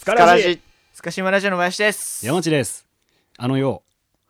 スカラジスカシマラジオの林です。 山内です。よ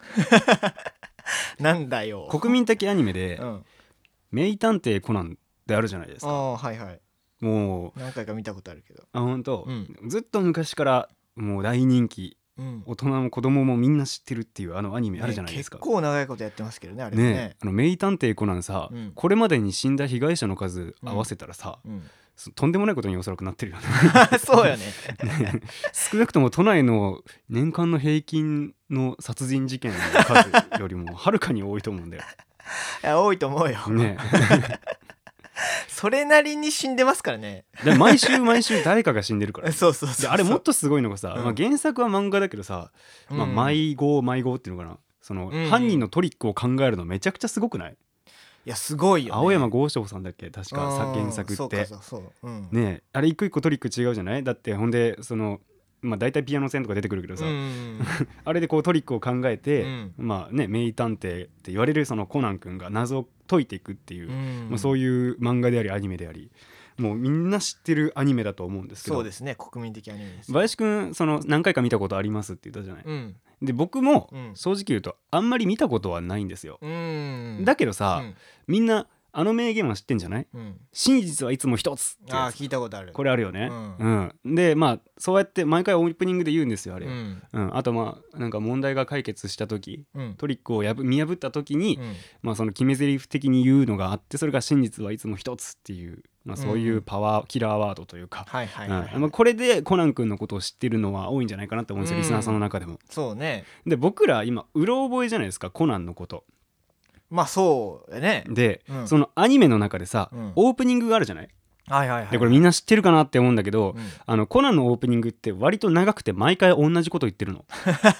なんだよ。 国民的アニメで、 うん、 名探偵コナンってあるじゃないですか。 はいはい。 もう何回か見たことあるけど。 本当、 うん、 ずっと昔からもう大人気、 うん、 大人も子供もみんな知ってるっていうアニメあるじゃないですか。 結構長いことやってますけどね、あれね。 名探偵コナンさ、これまでに死んだ被害者の数合わせたらさ、とんでもないことにおそらくなってるよね。 そうよね。 少なくとも都内の年間の平均の殺人事件の数よりもはるかに多いと思うんだよ。 いや、多いと思うよ。 ね。 それなりに死んでますからね。 で毎週誰かが死んでるから、ね、 そうであれもっとすごいのがさ、原作は漫画だけどさ、迷子っていうのかな、その、犯人のトリックを考えるのめちゃくちゃすごくない？ いやすごいよね。 青山剛昌さんだっけ確か原作って。ね、あれ一個一個トリック違うじゃない？だってほんでその大体ピアノ線とか出てくるけどさ、あれでこうトリックを考えて、名探偵って言われるそのコナン君が謎を解いていくっていう、そういう漫画でありアニメであり、もうみんな知ってるアニメだと思うんですけど。 そうですね、国民的アニメです。 林くんその何回か見たことありますって言ったじゃない、で僕も正直言うとあんまり見たことはないんですよ。だけどさ、みんなあの名言は知ってんじゃない？真実はいつも一つってやつ。 聞いたことある。 これあるよね。でそうやって毎回オープニングで言うんですよあれ。あとなんか問題が解決した時、トリックを見破った時に、その決め台詞的に言うのがあって、それが真実はいつも一つっていう、そういうパワーキラーワードというか、これでコナン君のことを知ってるのは多いんじゃないかなって思うんですよ、リスナーさんの中でも。 そうね。 で僕ら今うろ覚えじゃないですか、コナンのこと。 そうやね。 で、そのアニメの中でさ、オープニングがあるじゃない。でこれみんな知ってるかなって思うんだけど、コナンのオープニングって割と長くて毎回同じこと言ってるの。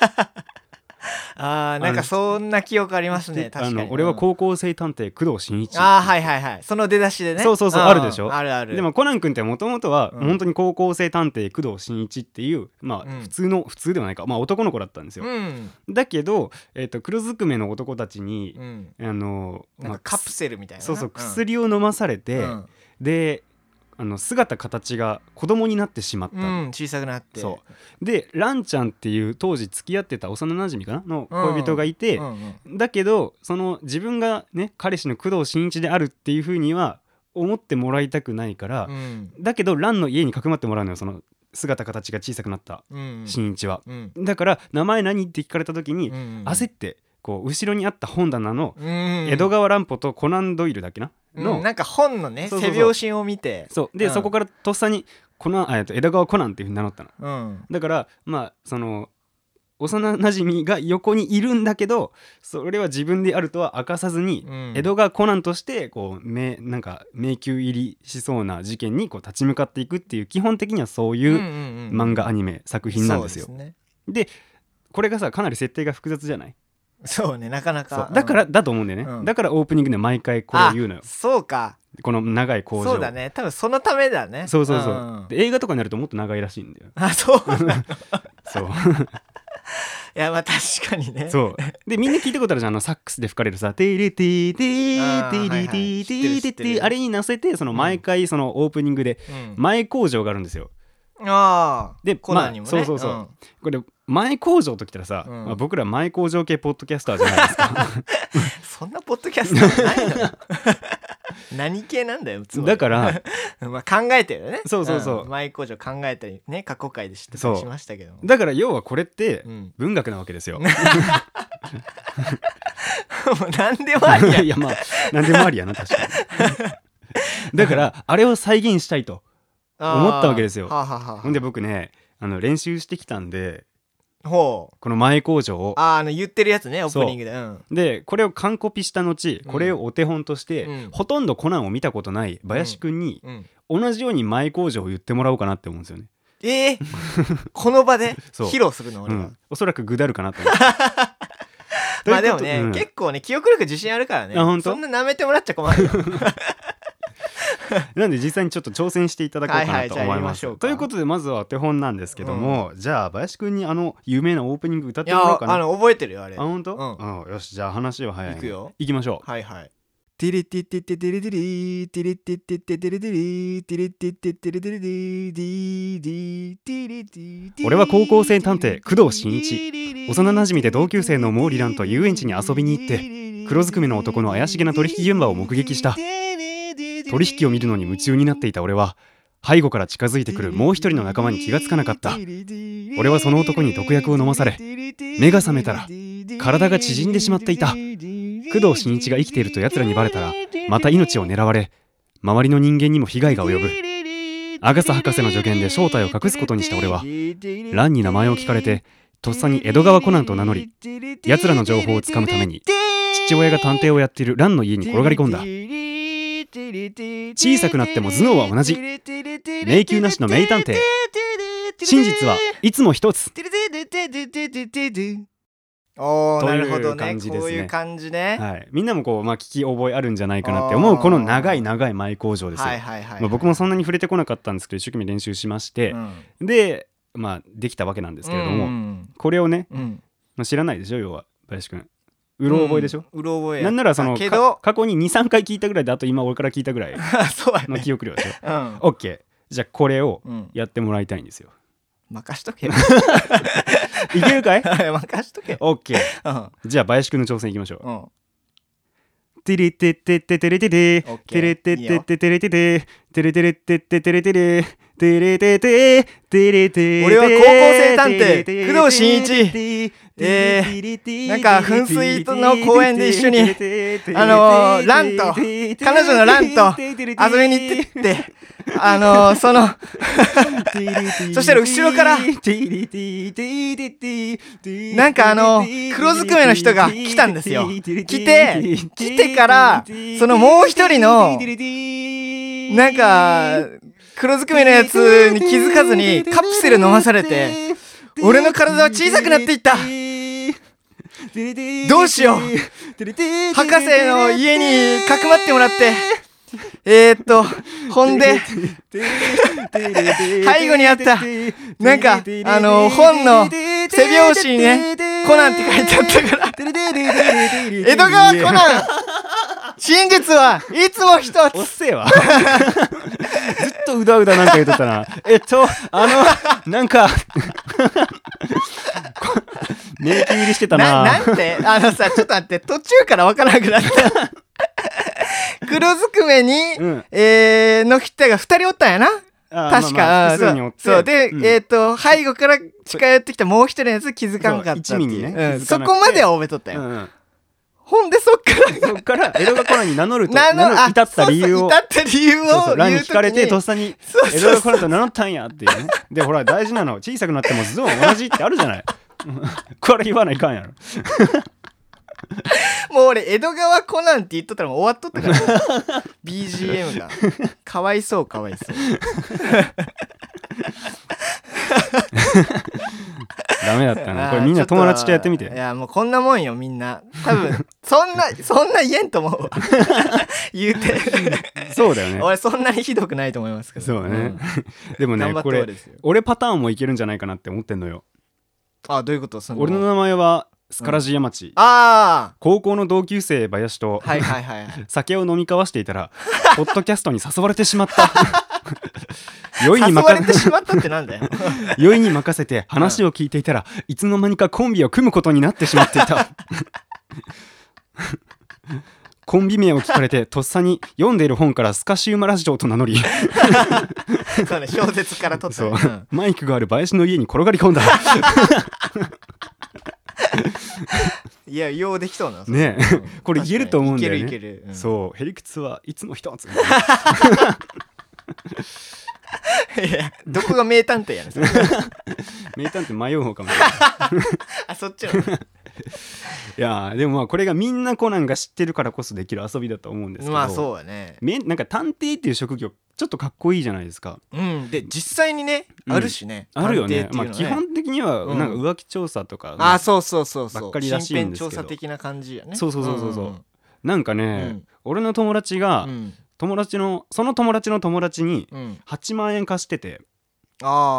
なんかそんな記憶ありますね。確かに。 俺は高校生探偵工藤新一。 その出だしでね。 そうあるでしょ。 あるある。 でもコナン君ってもともとは本当に高校生探偵工藤新一っていう、普通ではないか、男の子だったんですよ。だけど黒ずくめの男たちになんかカプセルみたいな。 薬を飲まされて、で姿形が子供になってしまった、 小さくなって。 でランちゃんっていう当時付き合ってた幼なじみかなの恋人がいて、だけどその自分がね彼氏の工藤新一であるっていう風には思ってもらいたくないから、だけどランの家にかくまってもらうのよ、その姿形が小さくなった新一は。だから名前何って聞かれた時に、焦ってこう後ろにあった本棚の江戸川乱歩とコナンドイルだっけなの、 なんか本のね背表紙を見て、 そこからとっさに江戸川コナンっていう風に名乗ったの。だからその幼なじみが横にいるんだけど、それは自分であるとは明かさずに、江戸川コナンとしてこうなんか迷宮入りしそうな事件にこう立ち向かっていくっていう、基本的にはそういう漫画アニメ作品なんですよ。でこれがさかなり設定が複雑じゃない？ そうね、なかなか。 だからだと思うんだよね。だからオープニングで毎回これを言うのよ。 そうか。 この長い工場。 そうだね、多分そのためだね。 そうで映画とかになるともっと長いらしいんだよ。 そうなの。 そういや確かにね。 そうでみんな聞いたことあるじゃん、サックスで吹かれるさテレテーテーテレテーテーテー、あれに乗せてその毎回そのオープニングで前工場があるんですよ。でコナンにもね。 これ前工場ときたらさ、僕ら前工場系ポッドキャスターじゃないですか。 そんなポッドキャスターないのよ。何系なんだよ。 だから考えてるよね。 そう前工場考えたりね、過去回で知ってたりしましたけど。 だから要はこれって文学なわけですよ。 もう何でもありや。 いや何でもありやな確かに。だからあれを再現したいと思ったわけですよ。ほんで僕ね練習してきたんで、この前工場を言ってるやつね、オープニングで。 でこれを完コピした後、これをお手本として、ほとんどコナンを見たことない林くんに、同じように前工場を言ってもらおうかなって思うんですよね。 この場で披露するの俺は。 おそらくグダるかなと思ってでもね、結構ね記憶力自信あるからね。そんな舐めてもらっちゃ困るよ。 なんで実際にちょっっと挑戦していただこうかなと思います。ということでまずはお手本なんですけども、じゃあ林くんに有名なオープニング歌ってもらおうかな。 覚えてるよあれ。 本当？よし、じゃあ話は早い。 いくよ。 いきましょう。 ティリティティティティリティリティリティティティティリティリティリティティティリティリティリティ。 俺は高校生探偵工藤新一。幼なじみで同級生の毛利蘭と遊園地に遊びに行って黒ずくめの男の怪しげな取引現場を目撃した。取引を見るのに夢中になっていた俺は背後から近づいてくるもう一人の仲間に気がつかなかった。俺はその男に毒薬を飲まされ、目が覚めたら体が縮んでしまっていた。工藤新一が生きていると奴らにバレたらまた命を狙われ、周りの人間にも被害が及ぶ。アガサ博士の助言で正体を隠すことにした俺は、ランに名前を聞かれてとっさに江戸川コナンと名乗り、奴らの情報をつかむために父親が探偵をやっているランの家に転がり込んだ。小さくなっても頭脳は同じ、迷宮なしの名探偵。真実はいつも一つ。 おー、なるほどね。 感じですね。 こういう感じね。 はい、みんなもこう、聞き覚えあるんじゃないかなって思うこの長い長い前工場ですよ。僕もそんなに触れてこなかったんですけど一生懸命練習しまして、でできたわけなんですけれども、これをね、知らないでしょ要は林くん。うろ覚えでしょ、 うろ覚え。 なんならその過去に 2,3 回聞いたぐらいで、あと今俺から聞いたぐらいの記憶量でしょ。オッケー、じゃあこれをやってもらいたいんですよ。 任しとけよ。 いけるかい？ 任しとけ。 オッケー。じゃあ林くんの挑戦いきましょう。テレテテテテレテテテレテテテテレテテテレテレテテテレテテテレテテテレテ。 俺は高校生探偵工藤新一。なんか噴水の公園で一緒にランと彼女のランと遊びに行ってってそしたら後ろからなんか黒ずくめの人が来たんですよ。来てからそのもう一人のなんか黒ずくめのやつに気づかずにカプセル飲まされて、俺の体は小さくなっていった。どうしよう。博士の家にかくまってもらって、ほんで背後にあったなんか本の背表紙にねコナンって書いてあったから江戸川コナン真実はいつも一つ。 おっせえわ。ずっとうだうだなんか言っとったな。なんか迷宮入りしてたな。 なんてさ、ちょっと待って、途中から分からなくなった。黒ずくめに、の人が2人おったんやな。確か。そうで、背後から近寄ってきたもう一人のやつ気づかんかったっていう。そこまでは覚えとったよ。ほんでそっから江戸川コナンに名乗ると至った理由をランに聞かれてとっさに江戸川コナンと名乗ったんやっていうね。でほら大事なの小さくなっても頭脳同じってあるじゃない。これ言わないかんやろ。 もう俺江戸川コナンって言っとったらもう終わっとったから、BGM がかわいそうかわいそう。 ダメだったな。これみんな友達とやってみて。 いやもうこんなもんよみんな。多分そんな言えんと思うわ。言うて。 そうだよね。 俺そんなにひどくないと思いますけど。 そうね。でもねこれ俺パターンもいけるんじゃないかなって思ってんのよ。 あ、どういうこと？ 俺の名前はスカラジヤマチ。高校の同級生林と酒を飲み交わしていたらポッドキャストに誘われてしまった。 誘われてしまったってなんだよ。 酔いに任せて話を聞いていたらいつの間にかコンビを組むことになってしまっていた。コンビ名を聞かれてとっさに読んでいる本からスカシウマラジオと名乗りそうね、小説から取った、 マイクがある林の家に転がり込んだ。 いや、ようできそうなね。これ言えると思うんだよね。 いける、 そう、へりくつはいつも一つ。 いや、どこが名探偵やねん。 名探偵迷う方かもしれない。 あ、そっちの。 いやでもこれがみんなコナンが知ってるからこそできる遊びだと思うんですけど、 まあそうやね。 なんか探偵っていう職業ちょっとかっこいいじゃないですか。 で実際にね、あるしね。 あるよね。基本的にはなんか浮気調査とかそうばっかりらしいんですけど、 身辺調査的な感じやね。 そうなんかね、俺の友達がその友達の友達に8万円貸してて、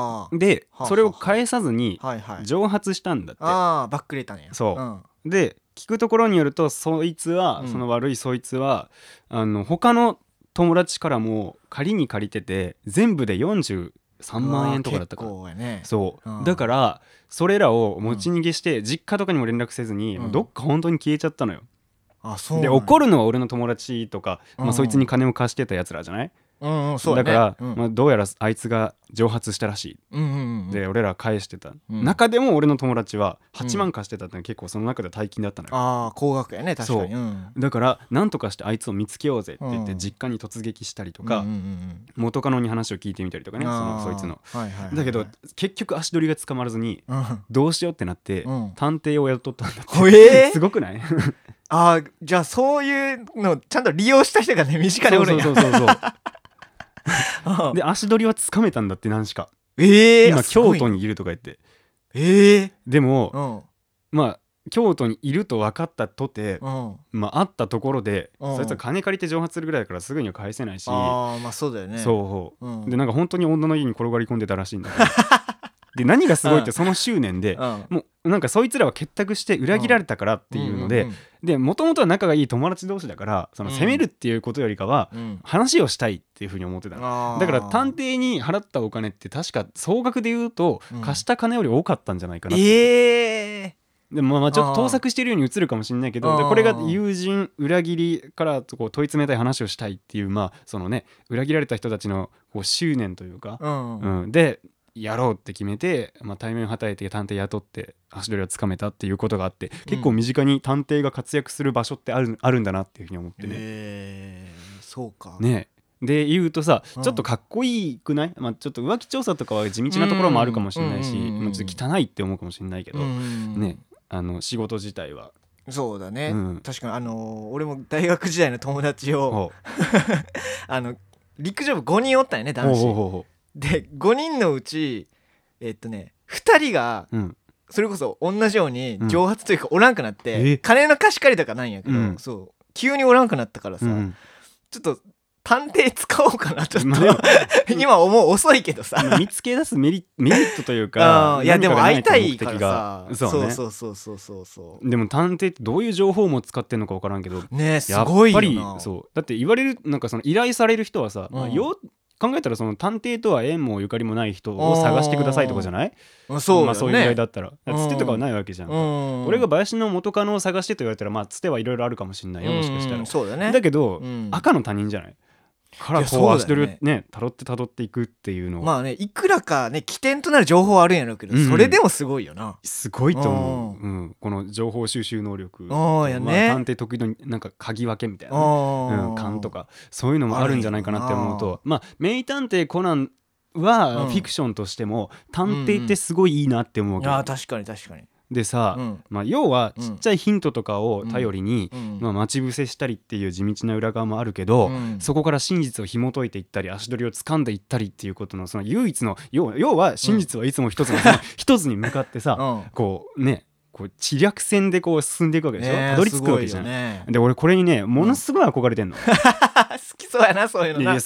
でそれを返さずに蒸発したんだって。 バックレたんや。 そうで聞くところによるとそいつは、その悪いそいつは他の友達からも借りてて全部で43万円とかだったから、 結構やね。 そう、だからそれらを持ち逃げして、実家とかにも連絡せずに、どっか本当に消えちゃったのよ。 そうで怒るのは俺の友達とか、そいつに金を貸してたやつらじゃない、 そうだから、どうやらあいつが蒸発したらしい、で俺ら返してた、中でも俺の友達は8万貸してたってのは結構その中で大金だったのよ。 高額やね、確かに。 だから何とかしてあいつを見つけようぜって言って実家に突撃したりとか、元カノに話を聞いてみたりとかね、そいつの、だけど結局足取りが捕まらずに、どうしようってなって、探偵を雇ったんだって。すごくない？ じゃあそういうのちゃんと利用した人がね、身近におるんや。 そうで足取りはつかめたんだって。何しか今京都にいるとか言って、でも、京都にいると分かったとて、会ったところで、そいつは金借りて蒸発するぐらいだからすぐには返せないし、 そうだよね。 そうでなんか本当に女の家に転がり込んでたらしいんだけどで何がすごいって、その執念で、もうなんかそいつらは結託して裏切られたからっていうので、でもともとは仲がいい友達同士だから、その責めるっていうことよりかは話をしたいっていうふうに思ってたの。だから探偵に払ったお金って確か総額で言うと貸した金より多かったんじゃないかなって。でもちょっと盗作してるように映るかもしれないけど、でこれが友人裏切りからこう問い詰めたい話をしたいっていう、そのね、裏切られた人たちのこう執念というか、でやろうって決めて、対面をはたいて探偵雇って足取りをつかめたっていうことがあって、結構身近に探偵が活躍する場所ってあるんだなっていうふうに思ってね。 そうかね。で言うとさ、ちょっとかっこいいくない？ちょっと浮気調査とかは地道なところもあるかもしれないし、ちょっと汚いって思うかもしれないけど、ね、仕事自体はそうだね、確かに俺も大学時代の友達を陸上部5人おったんやね、男子で。5人のうち2人がそれこそ同じように蒸発というかおらんくなって、金の貸し借りとかなんやけど、そう急におらんくなったからさ、ちょっと探偵使おうかなちょっと今思う。遅いけどさ見つけ出すメリットというかいやでも会いたいからさ、そうでも探偵ってどういう情報も使ってんのか分からんけどね、すごいよな。 やっぱりそうだって言われる、なんかその依頼される人はさ、考えたらその探偵とは縁もゆかりもない人を探してくださいとかじゃない？そういう依頼だったらつてとかはないわけじゃん。俺が林の元カノを探してと言われたらつてはいろいろあるかもしれないよ、もしかしたら。 そうだね。 だけど赤の他人じゃないからこう足取りをねたどっていくっていうのを、 いくらかね起点となる情報はあるんやろうけど、それでもすごいよな。 すごいと思う。この情報収集能力、 やね、 探偵得意のなんか鍵分けみたいな、勘とかそういうのもあるんじゃないかなって思うと、名探偵コナンはフィクションとしても探偵ってすごいいいなって思うけど、 確かにでさ、要はちっちゃいヒントとかを頼りに、待ち伏せしたりっていう地道な裏側もあるけど、そこから真実を紐解いていったり足取りを掴んでいったりっていうことのその唯一の要は真実はいつも一つの一つに向かってさ、こうねこう知略戦でこう進んでいくわけでしょ、たどり着くわけじゃん。で俺これにねものすごい憧れてんの。好きそうやな、そういうのな。 好き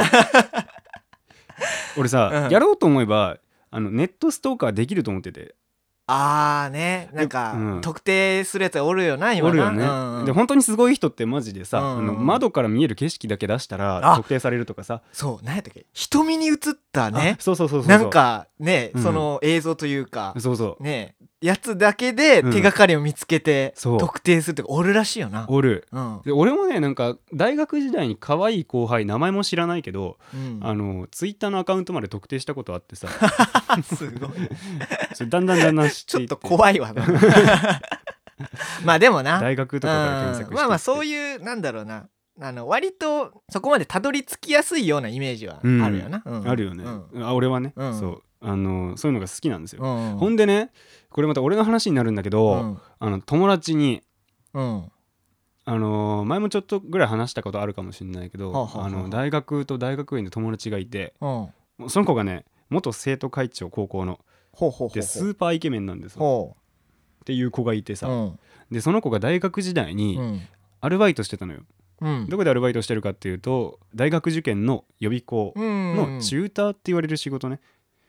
俺さ、やろうと思えばネットストーカーできると思ってて。 なんか、特定するやつおるよな今な。 おるよね、で本当にすごい人ってマジでさ、窓から見える景色だけ出したら特定されるとかさ、 そう何やったっけ、瞳に映ったね、 そうなんかね、その映像というかねやつだけで手がかりを見つけて特定するとかおるらしいよな。 おる、で俺もねなんか大学時代に可愛い後輩、名前も知らないけど、ツイッターのアカウントまで特定したことあってさすごいだんだんちょっと怖いわなでもな大学とかから検索してそういうなんだろうな、割とそこまでたどり着きやすいようなイメージはあるよな。 あるよね、俺はね、そういうのが好きなんですよ。ほんでねこれまた俺の話になるんだけど、友達に、前もちょっとぐらい話したことあるかもしれないけど、大学と大学院で友達がいて、その子がね元生徒会長、高校のでスーパーイケメンなんですよっていう子がいてさ、でその子が大学時代にアルバイトしてたのよ。どこでアルバイトしてるかっていうと、大学受験の予備校のチューターって言われる仕事ね。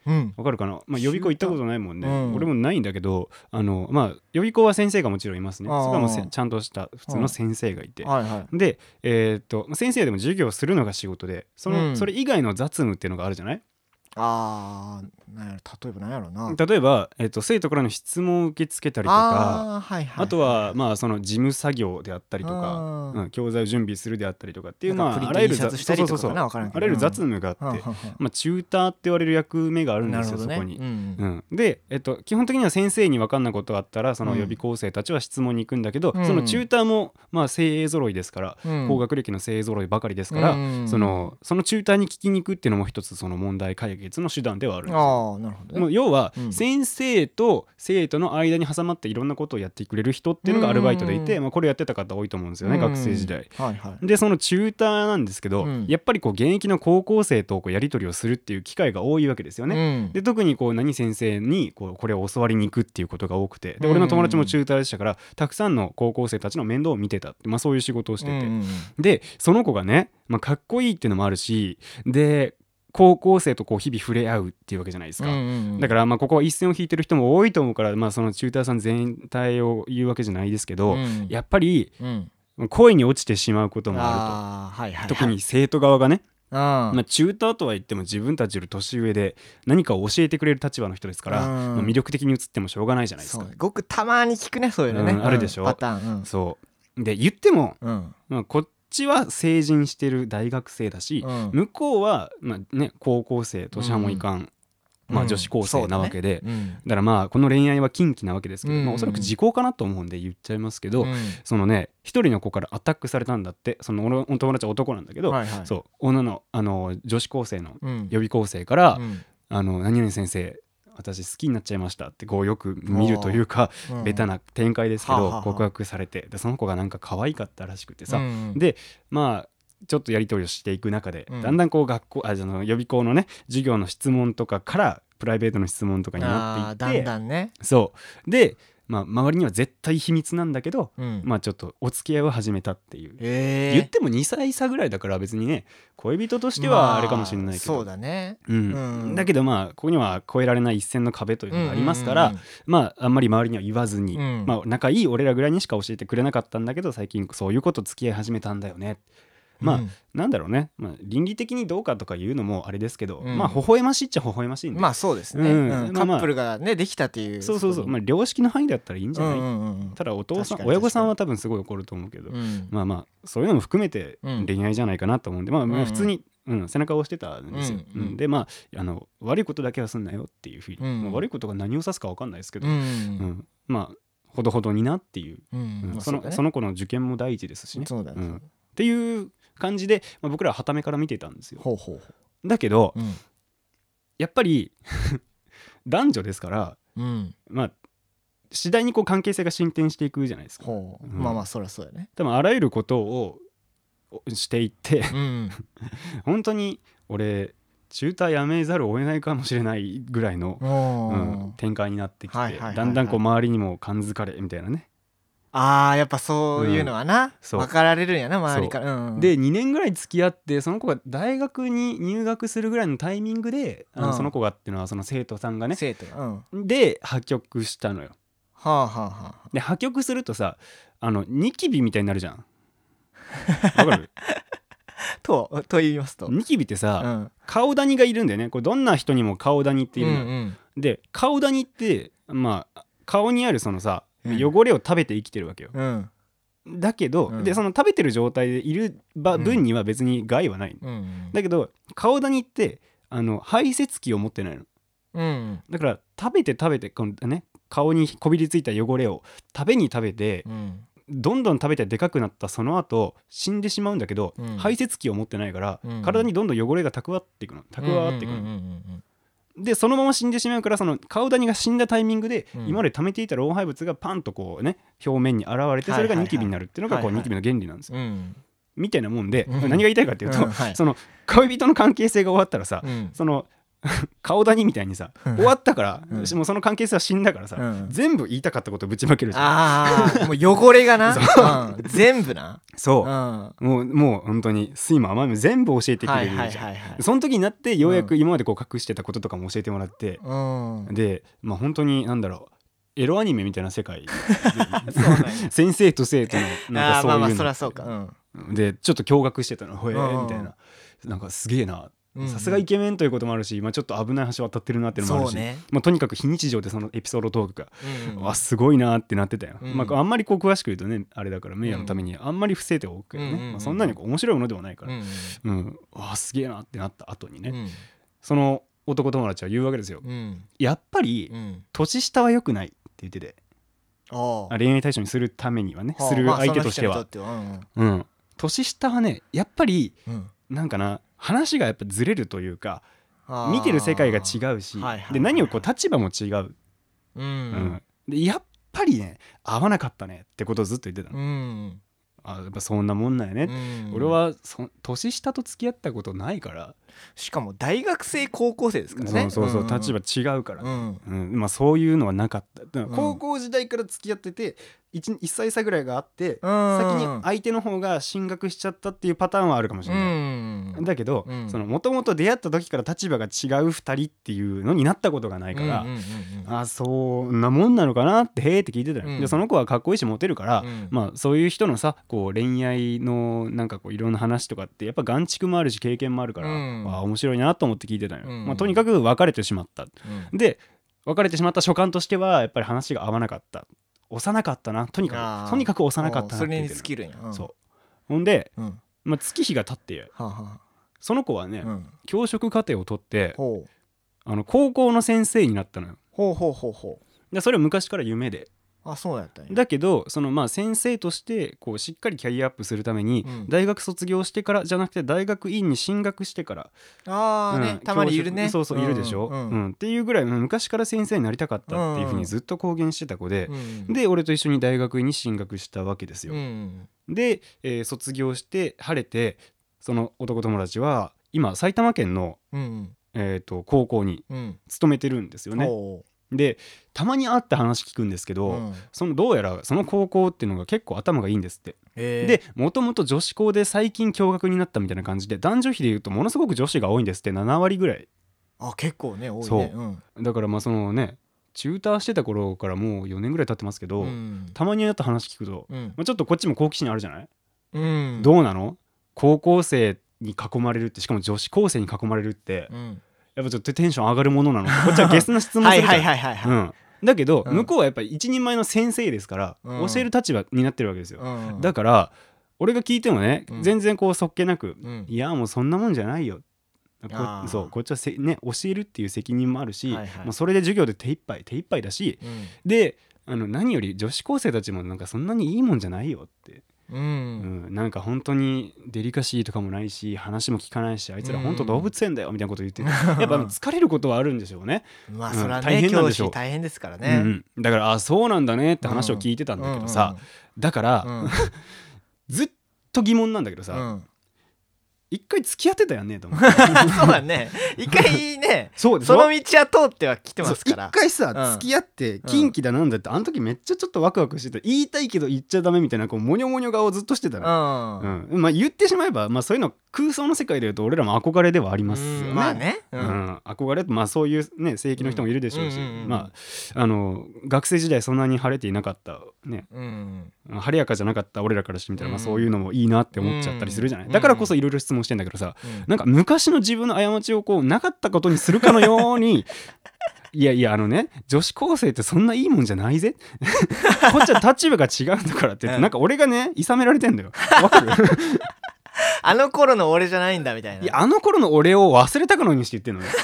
わかるかな、まあ、予備校行ったことないもんね、俺もないんだけどまあ、予備校は先生がもちろんいますね。そこはもうちゃんとした普通の先生がいて、で、先生でも授業するのが仕事でそれ以外の雑務っていうのがあるじゃない。 なんやろ、例えば何やろな。 例えば、生徒からの質問を受け付けたりとか、あとはまあその事務作業であったりとか、教材を準備するであったりとかっていう、まああらゆる雑務があって、まあチューターって言われる役目があるんですよ、そこに。で、基本的には先生に分かんないことがあったらその予備校生たちは質問に行くんだけど、そのチューターもまあ精鋭揃いですから、高学歴の精鋭揃いばかりですから、そのチューターに聞きに行くっていうのも一つその問題解決の手段ではあるんですよ。 なるほどね。 もう要は、先生と生徒の間に挟まっていろんなことをやってくれる人っていうのがアルバイトでいて、まあ、これやってた方多いと思うんですよね、学生時代、でそのチューターなんですけど、やっぱりこう現役の高校生とこうやり取りをするっていう機会が多いわけですよね、で特にこう何先生にこれを教わりに行くっていうことが多くて、で俺の友達もチューターでしたからたくさんの高校生たちの面倒を見てたって、まあ、そういう仕事をしてて、でその子がね、まあ、かっこいいっていうのもあるし、で高校生とこう日々触れ合うっていうわけじゃないですか、だからまあここは一線を引いてる人も多いと思うから、まあ、そのチューターさん全体を言うわけじゃないですけど、やっぱり恋に落ちてしまうこともあると、特に生徒側がね、まあ、チューターとは言っても自分たちより年上で何かを教えてくれる立場の人ですから、まあ、魅力的に映ってもしょうがないじゃないですか。 ごくたまに聞くね、そういうのね、 あるでしょ、 パターン、 そうで言っても、まあ、こっちは成人してる大学生だし、向こうは、まあね、高校生年半もいかん、まあ、女子高生なわけで、だからまあこの恋愛は禁忌なわけですけど、まあ、おそらく時効かなと思うんで言っちゃいますけど、そのね一人の子からアタックされたんだって。その俺の友達は男なんだけど、そう女の、女子高生の予備校生から、何々先生私好きになっちゃいましたってこうよく見るというか、ベタな展開ですけど告白されて、でその子がなんか可愛かったらしくてさ、でまあちょっとやり取りをしていく中で、だんだんこう学校その予備校のね授業の質問とかからプライベートの質問とかになっていって、 だんだんね、 そうで、まあ、周りには絶対秘密なんだけど、まあちょっとお付き合いを始めたっていう、言っても2歳差ぐらいだから別にね恋人としてはあれかもしれないけど、 そうだね、 だけどまあここには越えられない一線の壁というのがありますから、まああんまり周りには言わずに、まあ仲いい俺らぐらいにしか教えてくれなかったんだけど、最近そういうこと付き合い始めたんだよね。まあなんだろうね、まあ、倫理的にどうかとか言うのもあれですけど、まあ微笑ましいっちゃ微笑ましいんで、 まあそうですね、カップルがねできたっていう、 そう、まあ良識の範囲だったらいいんじゃない、ただお父さん親御さんは多分すごい怒ると思うけど、まあまあそういうのも含めて恋愛じゃないかなと思うんで、まあ普通に背中を押してたんですよ、でまあ悪いことだけはすんなよっていうふうに、まあ、悪いことが何を指すか分かんないですけど、まあほどほどになっていう、その子の受験も第一ですしね、っていう感じで、まあ、僕らは傍目から見てたんですよ。だけど、やっぱり男女ですから、まあ次第にこう関係性が進展していくじゃないですか。 まあまあそりゃそうやね。 多分あらゆることをしていって、本当に俺チューターやめざるを得ないかもしれないぐらいの、展開になってきて、だんだんこう周りにも感づかれみたいなね。 やっぱそういうのはな、分かられるんやな周りから、 で2年ぐらい付き合って、その子が大学に入学するぐらいのタイミングで、その子がっていうのはその生徒さんがね、で破局したのよ。で破局するとさ、ニキビみたいになるじゃん。わかると言いますと、 ニキビってさ、顔ダニがいるんだよね。これどんな人にも顔ダニっているの、で顔ダニってまあ顔にあるそのさ汚れを食べて生きてるわけよ、だけど、でその食べてる状態でいる分には別に害はない、だけど顔ダニって排泄器を持ってないの、だから食べてこのね顔にこびりついた汚れを食べて、どんどん食べてでかくなったその後死んでしまうんだけど、排泄器を持ってないから、体にどんどん汚れが蓄わっていくの、でそのまま死んでしまうから、その顔ダニが死んだタイミングで、今まで溜めていた老廃物がパンとこうね表面に現れて、それがニキビになるっていうのがこうニキビの原理なんですよ、みたいなもんで、何が言いたいかっていうと、その恋人の関係性が終わったらさ、その顔谷みたいにさ終わったから、もうその関係性は死んだからさ、全部言いたかったことをぶちまけるじゃん。もう汚れがな全部な。 そう、もう本当に酸いも甘いも全部教えてくれるじゃん。その時になってようやく今までこう隠してたこととかも教えてもらって、でまあ本当になんだろう、エロアニメみたいな世界先生と生徒のなんかそういうの、 そりゃそうか、 でちょっと驚愕してたの、へえみたいな、なんかすげえな、さすがイケメンということもあるし、ちょっと危ない橋渡ってるなっていうのもあるし、とにかく非日常でそのエピソードトークが、すごいなってなってたよ。あんまりこう詳しく言うとねあれだから名誉のためにあんまり伏せておくけどね、そんなに面白いものではないから、すげえなってなった後にね、その男友達は言うわけですよ、やっぱり年下は良くないって言ってて、恋愛対象にするためにはね、する相手としては、年下はねやっぱりなんかな、話がやっぱずれるというか、見てる世界が違うし、で何よりこう立場も違う、でやっぱりね合わなかったねってことをずっと言ってたの。やっぱそんなもんなんやね、俺は年下と付き合ったことないから、 しかも大学生高校生ですからね。 そう立場違うから、そういうのはなかった。高校時代から付き合ってて 1歳差ぐらいがあって、先に相手の方が進学しちゃったっていうパターンはあるかもしれない、だけどもともと出会った時から立場が違う2人っていうのになったことがないから、そんなもんなのかなってへーって聞いてたよ、でその子はかっこいいしモテるから、そういう人のさこう恋愛のなんかこういろんな話とかってやっぱ眼蓄もあるし経験もあるから、面白いなと思って聞いてたよ、とにかく別れてしまった、で別れてしまった所感としてはやっぱり話が合わなかった、幼かったな、とにかく幼かったなって言ってる。それに尽きるんや、そうほんで、月日が経って、その子はね、教職課程を取って高校の先生になったのよ。でそれは昔から夢で、 そうだったんや。 だけどその先生としてこうしっかりキャリアアップするために、大学卒業してからじゃなくて大学院に進学してから、 たまにいるね。 そういるでしょ、っていうぐらい昔から先生になりたかったっていうふうにずっと公言してた子で、で俺と一緒に大学院に進学したわけですよ、で、卒業して晴れて、その男友達は今埼玉県の、高校に勤めてるんですよね、でたまに会って話聞くんですけど、どうやらその高校っていうのが結構頭がいいんですって、でもともと女子校で最近共学になったみたいな感じで、男女比でいうとものすごく女子が多いんですって、7割ぐらい。 結構ね多いね。 そう、だからそのねチューターしてた頃からもう4年ぐらい経ってますけど、たまに会って話聞くと、ちょっとこっちも好奇心あるじゃない、どうなの、高校生に囲まれるって、しかも女子高生に囲まれるって、やっぱちょっとテンション上がるものなのこっちはゲスな質問するじゃん。だけど、向こうはやっぱり一人前の先生ですから、教える立場になってるわけですよ、だから俺が聞いてもね、全然こうそっけなく、いやもうそんなもんじゃないよ、こっちはね、教えるっていう責任もあるし、それで授業で手一杯だし、で何より女子高生たちもなんかそんなにいいもんじゃないよって、なんか本当にデリカシーとかもないし話も聞かないし、あいつら本当動物園だよみたいなこと言ってて、やっぱ疲れることはあるんでしょうね。 それはね、大変なんでしょう。大変ですからね、 だからそうなんだねって話を聞いてたんだけどさ、だからずっと疑問なんだけどさ、一回付き合ってたよねと思ってそうだね、一回ねその道は通っては来てますから、 一回さ、付き合って近畿だなんだって、あの時めっちゃちょっとワクワクしてて、言いたいけど言っちゃダメみたいなこうモニョモニョ顔をずっとしてたの、言ってしまえば、そういうの空想の世界でいうと俺らも憧れではありますよね。憧れってそういうね正規の人もいるでしょうし、学生時代そんなに晴れていなかったね、晴れやかじゃなかった俺らからしてみたら、そういうのもいいなって思っちゃったりするじゃない。だからこそいろいろ質問してんだけどさ、なんか昔の自分の過ちをこうなかったことにするかのようにいや女子高生ってそんないいもんじゃないぜこっちは立場が違うんだからって言って、なんか俺がね諌められてんだよ。わかるあの頃の俺じゃないんだみたいな。 いや、あの頃の俺を忘れたかのようにして言ってんのね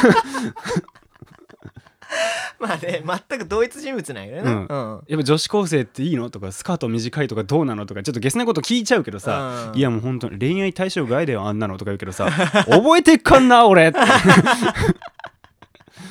全く同一人物なんやね、 やっぱ女子高生っていいのとか、スカート短いとかどうなのとか、ちょっとゲスなこと聞いちゃうけどさ、いやもう本当に恋愛対象外だよあんなのとか言うけどさ覚えてっかんな俺って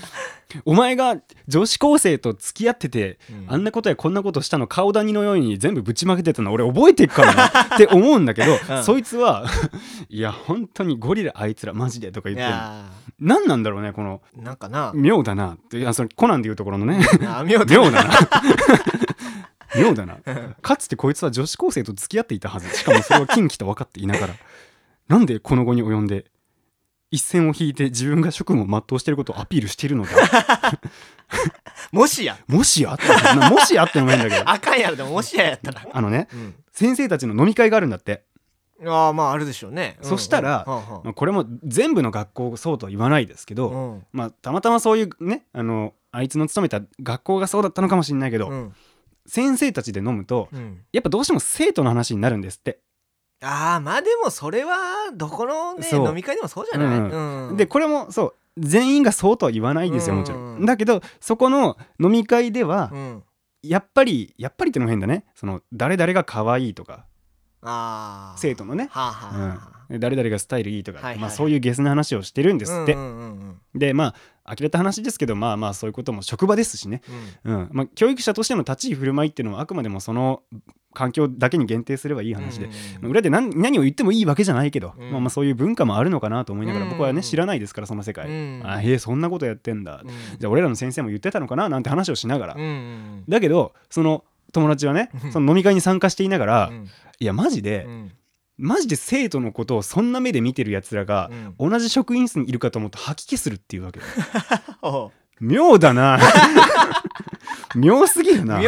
お前が女子高生と付き合ってて、あんなことやこんなことしたの顔ダニのように全部ぶちまけてたの俺覚えてるからなって思うんだけど、そいつはいや本当にゴリラあいつらマジでとか言ってる。何なんだろうねこのなんかな妙だなって、それコナンでいうところのね妙だな妙だなかつてこいつは女子高生と付き合っていたはず、しかもそれは禁忌と分かっていながらなんでこの後に及んで一線を引いて自分が職務を全うしていることをアピールしているのだもしやもしやってのもいいんだけどあかんやろ。でももしやったら先生たちの飲み会があるんだって。 まああるでしょうね。 そしたら、これも全部の学校そうとは言わないですけど、たまたまそういうねあいつの勤めた学校がそうだったのかもしれないけど、先生たちで飲むと、やっぱどうしても生徒の話になるんですって。 まあでもそれはどこのね飲み会でもそうじゃない、 でこれもそう全員がそうとは言わないですよもちろん、だけどそこの飲み会では、やっぱりってのも変だね、その誰々が可愛いとか生徒のね、誰々がスタイルいいとか、そういうゲスな話をしてるんですって。で呆れた話ですけどそういうことも職場ですしね、教育者としての立ち居振る舞いっていうのはあくまでもその環境だけに限定すればいい話で、裏で何を言ってもいいわけじゃないけど、そういう文化もあるのかなと思いながら、僕はね知らないですからその世界、そんなことやってんだ、じゃあ俺らの先生も言ってたのかななんて話をしながら、だけどその友達はねその飲み会に参加していながら、いやマジで生徒のことをそんな目で見てるやつらが、同じ職員室にいるかと思って吐き気するっていうわけ妙だな妙すぎるな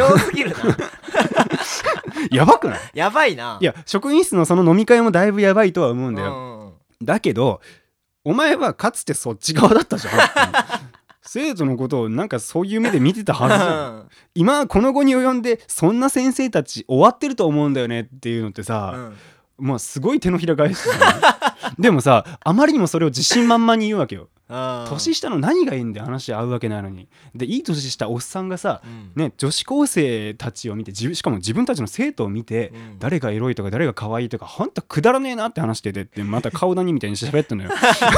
やばくない？ やばいな。 いや職員室のその飲み会もだいぶやばいとは思うんだよ、だけどお前はかつてそっち側だったじゃん生徒のことをなんかそういう目で見てたはずじゃん今この後に及んでそんな先生たち終わってると思うんだよねっていうのってさ、すごい手のひら返しでもさあまりにもそれを自信満々に言うわけよ。年下の何がいいんだよ話合うわけないのに。でいい年したおっさんがさ、女子高生たちを見てしかも自分たちの生徒を見て、誰がエロいとか誰が可愛いとかほんとくだらねえなって話しててってまた顔何みたいに喋ってんのよ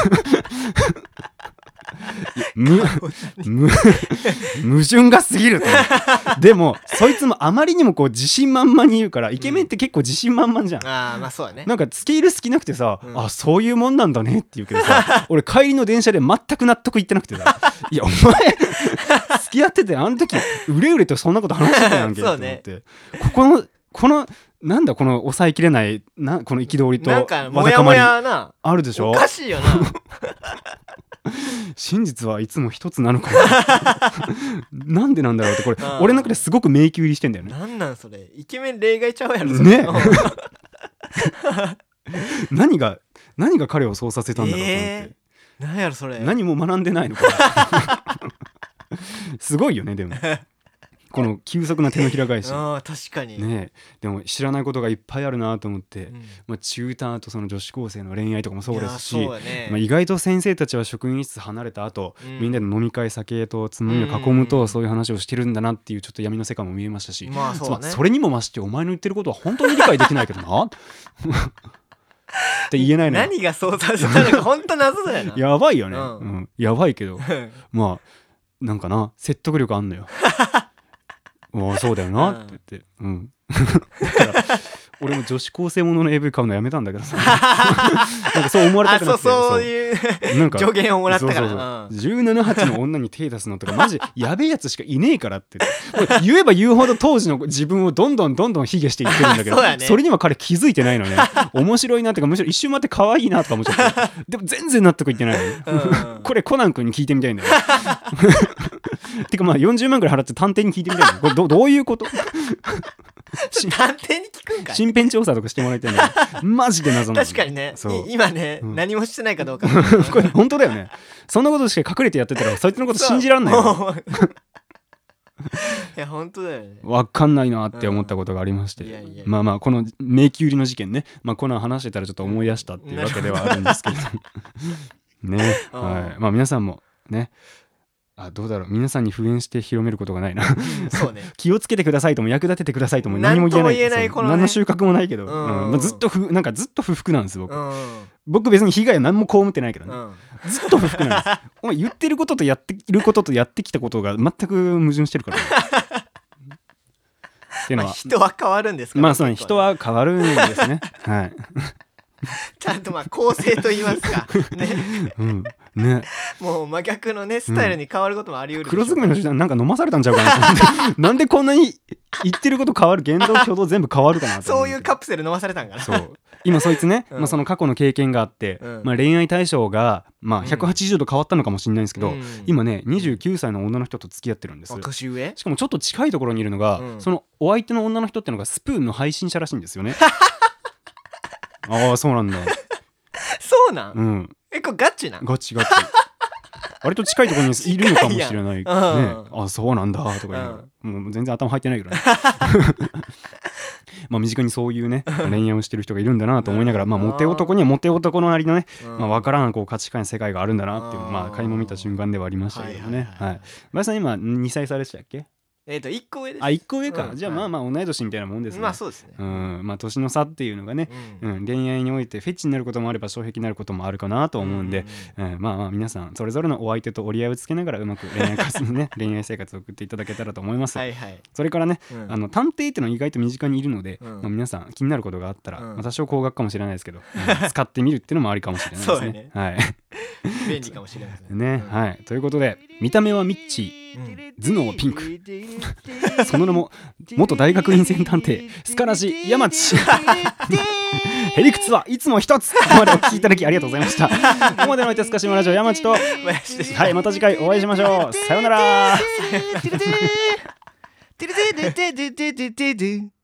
矛盾が過ぎるとでもそいつもあまりにもこう自信満々に言うから、イケメンって結構自信満々じゃん、 そうだね。 なんか付け入る隙なくてさ、そういうもんなんだねって言うけどさ俺帰りの電車で全く納得いってなくてさいやお前付き合っててあの時うれうれとそんなこと話してたやんけと思って、このなんだこの抑えきれないこの憤りとなんかモヤモヤなあるでしょ。 おかしいよな真実はいつも一つなのかななんでなんだろうってこれ俺の中ですごく迷宮入りしてんだよね。 なんそれイケメン例外ちゃうやろね何が彼をそうさせたんだろうと思って、 何やろそれ。 何も学んでないのかすごいよねでもこの急速な手のひら返し確かにね。でも知らないことがいっぱいあるなと思って、チューターとその女子高生の恋愛とかもそうですし、意外と先生たちは職員室離れた後、みんなで飲み会酒とつまみを囲むとそういう話をしてるんだなっていうちょっと闇の世界も見えましたし、それにも増してお前の言ってることは本当に理解できないけどなって言えないのよ。 何がそうさせたのか本当謎だよなやばいよね、やばいけどなんかな説得力あんのよそうだよなって言って、だから俺も女子高生ものの AV 買うのやめたんだけどさなんかそう思われたくなくてそういうなんか助言をもらったから 17、8の女に手出すのとかマジやべえやつしかいねえからって言えば言うほど当時の自分をどんどん卑下していってるんだけどそれには彼気づいてないのね面白いなってかむしろ一瞬待って可愛いなとか思っちゃってでも全然納得いってないのこれコナン君に聞いてみたいんだよてか40万くらい払って探偵に聞いてみたいのこれどういうこと探偵に聞くんかい。 身辺調査とかしてもらいたいんだマジで謎なの。 確かにね今ね、何もしてないかどうかこれ本当だよね。そんなことしか隠れてやってたらそいつのこと信じらんないよいや本当だよね。 分かんないなって思ったことがありまして、この迷宮入りの事件ね、コナン話してたらちょっと思い出したっていうわけではあるんですけどね、皆さんもねどうだろう、皆さんに敷衍して広めることがないなそうね気をつけてくださいとも役立ててくださいとも何も言えない、何の収穫もないけど、ずっとなんかずっと不服なんです僕別に被害は何も被ってないけどね、ずっと不服なんですお前言ってることとやっていることとやってきたことが全く矛盾してるからっていうのは、 人は変わるんですか、 まあそうね、人は変わるんですねはいちゃんと構成と言いますかね、 ね、 もう真逆のねスタイルに変わることもあり得るでしょう、 黒ずくめの手段なんか飲まされたんちゃうかななんでこんなに言ってること変わる、言動挙動全部変わるかなそういうカプセル飲まされたんかな。 そう今そいつね、その過去の経験があって、恋愛対象が180度変わったのかもしれないんですけど、今ね29歳の女の人と付き合ってるんです。 年上？ しかもちょっと近いところにいるのが、そのお相手の女の人ってのがスプーンの配信者らしいんですよねああそうなんだそうなん、これガチなん？ ガチ割と近いところにいるのかもしれないね。あそうなんだとか言うの、もう全然頭入ってないけどね身近にそういうね恋愛をしてる人がいるんだなと思いながら、モテ男にはモテ男のなりのね、分からん価値観や世界があるんだなっていう垣間見た瞬間ではありましたけどもね。バイさん今2歳差でしたっけ ？1個上です。 1個上か、じゃあ同い年みたいなもんですね。 そうですね。 年の差っていうのがね、恋愛においてフェチになることもあれば障壁になることもあるかなと思うんで、皆さんそれぞれのお相手と折り合いをつけながらうまく恋愛活動ね恋愛生活を送っていただけたらと思います。それからね、探偵っていうのは意外と身近にいるので、皆さん気になることがあったら、多少高額かもしれないですけど、使ってみるっていうのもありかもしれないですね。 便利かもしれないですね。はい、ということで見た目はミッチー、頭脳はピンクその名も元大学院生探偵スカラジ山地へりくつはいつも一つ。ここまでお聞きいただきありがとうございましたここまでのお相手スカシマラジオ山地とはい、また次回お会いしましょう。さようなら